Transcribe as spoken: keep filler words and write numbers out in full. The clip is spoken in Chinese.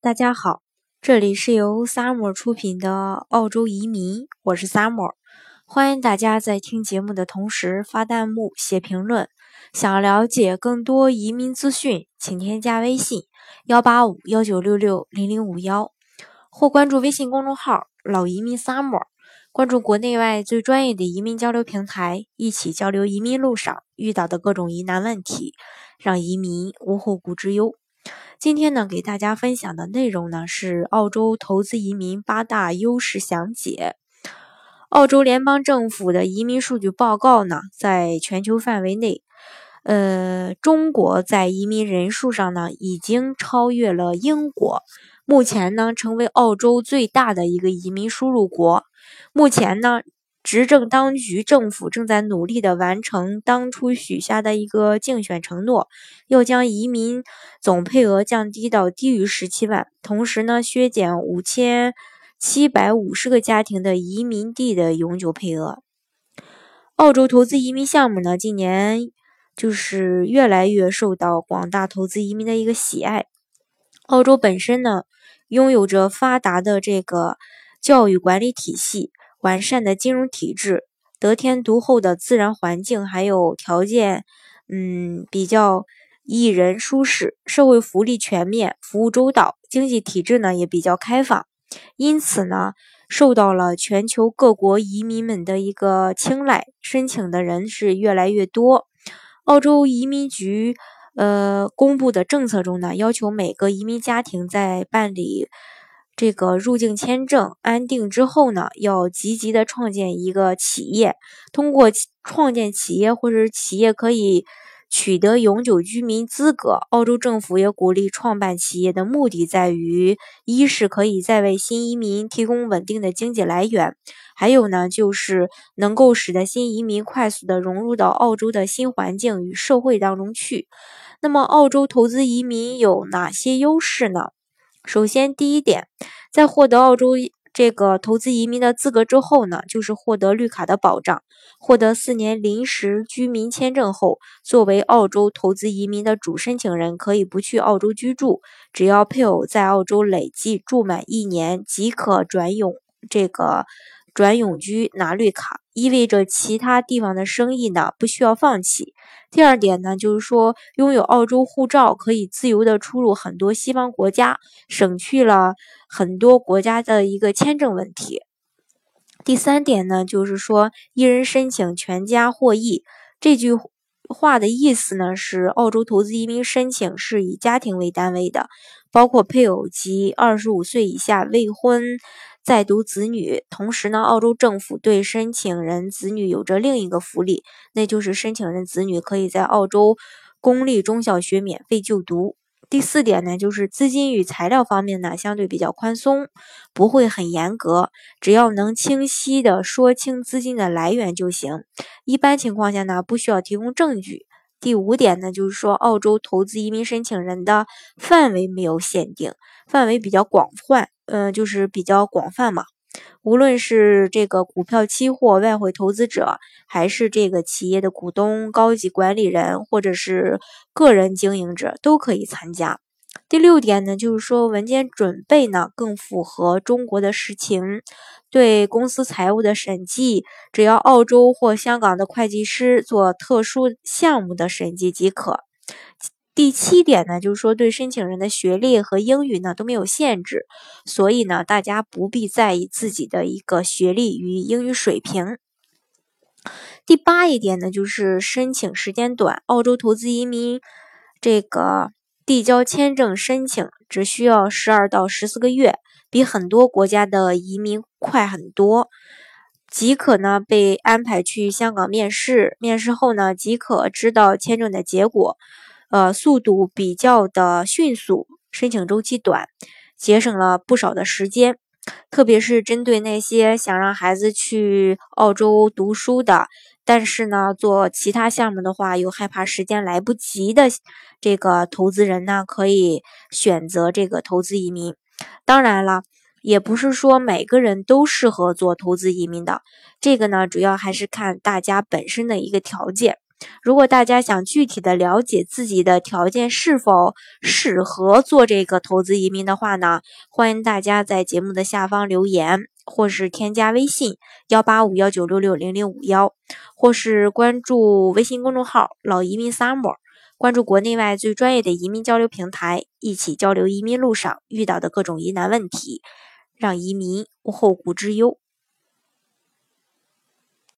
大家好，这里是由 Summer 出品的澳洲移民，我是 Summer， 欢迎大家在听节目的同时发弹幕、写评论。想了解更多移民资讯，请添加微信幺八五幺九六六零零五幺，或关注微信公众号老移民 Summer， 关注国内外最专业的移民交流平台，一起交流移民路上遇到的各种疑难问题，让移民无后顾之忧。今天呢，给大家分享的内容呢是澳洲投资移民八大优势详解。澳洲联邦政府的移民数据报告呢，在全球范围内，呃，中国在移民人数上呢已经超越了英国，目前呢成为澳洲最大的一个移民输入国。目前呢，执政当局政府正在努力地完成当初许下的一个竞选承诺，要将移民总配额降低到低于十七万，同时呢，削减五千七百五十个家庭的移民地的永久配额。澳洲投资移民项目呢，今年就是越来越受到广大投资移民的一个喜爱。澳洲本身呢，拥有着发达的这个教育管理体系，完善的金融体制，得天独厚的自然环境，还有条件，嗯，比较宜人舒适，社会福利全面，服务周到，经济体制呢也比较开放，因此呢，受到了全球各国移民们的一个青睐，申请的人是越来越多。澳洲移民局呃公布的政策中呢，要求每个移民家庭在办理这个入境签证安定之后呢，要积极的创建一个企业，通过创建企业或者企业可以取得永久居民资格。澳洲政府也鼓励创办企业的目的在于，一是可以再为新移民提供稳定的经济来源，还有呢就是能够使得新移民快速的融入到澳洲的新环境与社会当中去。那么澳洲投资移民有哪些优势呢？首先第一点，在获得澳洲这个投资移民的资格之后呢，就是获得绿卡的保障。获得四年临时居民签证后，作为澳洲投资移民的主申请人，可以不去澳洲居住，只要配偶在澳洲累计住满一年，即可转永这个转永居拿绿卡，意味着其他地方的生意呢不需要放弃。第二点呢，就是说拥有澳洲护照可以自由的出入很多西方国家，省去了很多国家的一个签证问题。第三点呢，就是说一人申请全家获益。这句话的意思呢，是澳洲投资移民申请是以家庭为单位的，包括配偶及二十五岁以下未婚在读子女。同时呢，澳洲政府对申请人子女有着另一个福利，那就是申请人子女可以在澳洲公立中小学免费就读。第四点呢，就是资金与材料方面呢，相对比较宽松，不会很严格，只要能清晰的说清资金的来源就行。一般情况下呢，不需要提供证据。第五点呢，就是说澳洲投资移民申请人的范围没有限定，范围比较广泛，嗯、呃，就是比较广泛嘛。无论是这个股票期货外汇投资者，还是这个企业的股东、高级管理人，或者是个人经营者，都可以参加。第六点呢，就是说文件准备呢更符合中国的实情，对公司财务的审计，只要澳洲或香港的会计师做特殊项目的审计即可。第七点呢，就是说对申请人的学历和英语呢都没有限制，所以呢大家不必在意自己的一个学历与英语水平。第八一点呢，就是申请时间短，澳洲投资移民这个递交签证申请只需要十二到十四个月，比很多国家的移民快很多。即可呢被安排去香港面试，面试后呢即可知道签证的结果。呃，速度比较的迅速，申请周期短，节省了不少的时间。特别是针对那些想让孩子去澳洲读书的，但是呢做其他项目的话又害怕时间来不及的这个投资人呢，可以选择这个投资移民。当然了，也不是说每个人都适合做投资移民的，这个呢主要还是看大家本身的一个条件。 如果大家想具体的了解自己的条件是否适合做这个投资移民的话呢，欢迎大家在节目的下方留言，或是添加微信幺八五幺九六六零零五幺，或是关注微信公众号老移民 Summer， 关注国内外最专业的移民交流平台，一起交流移民路上遇到的各种疑难问题，让移民无后顾之忧。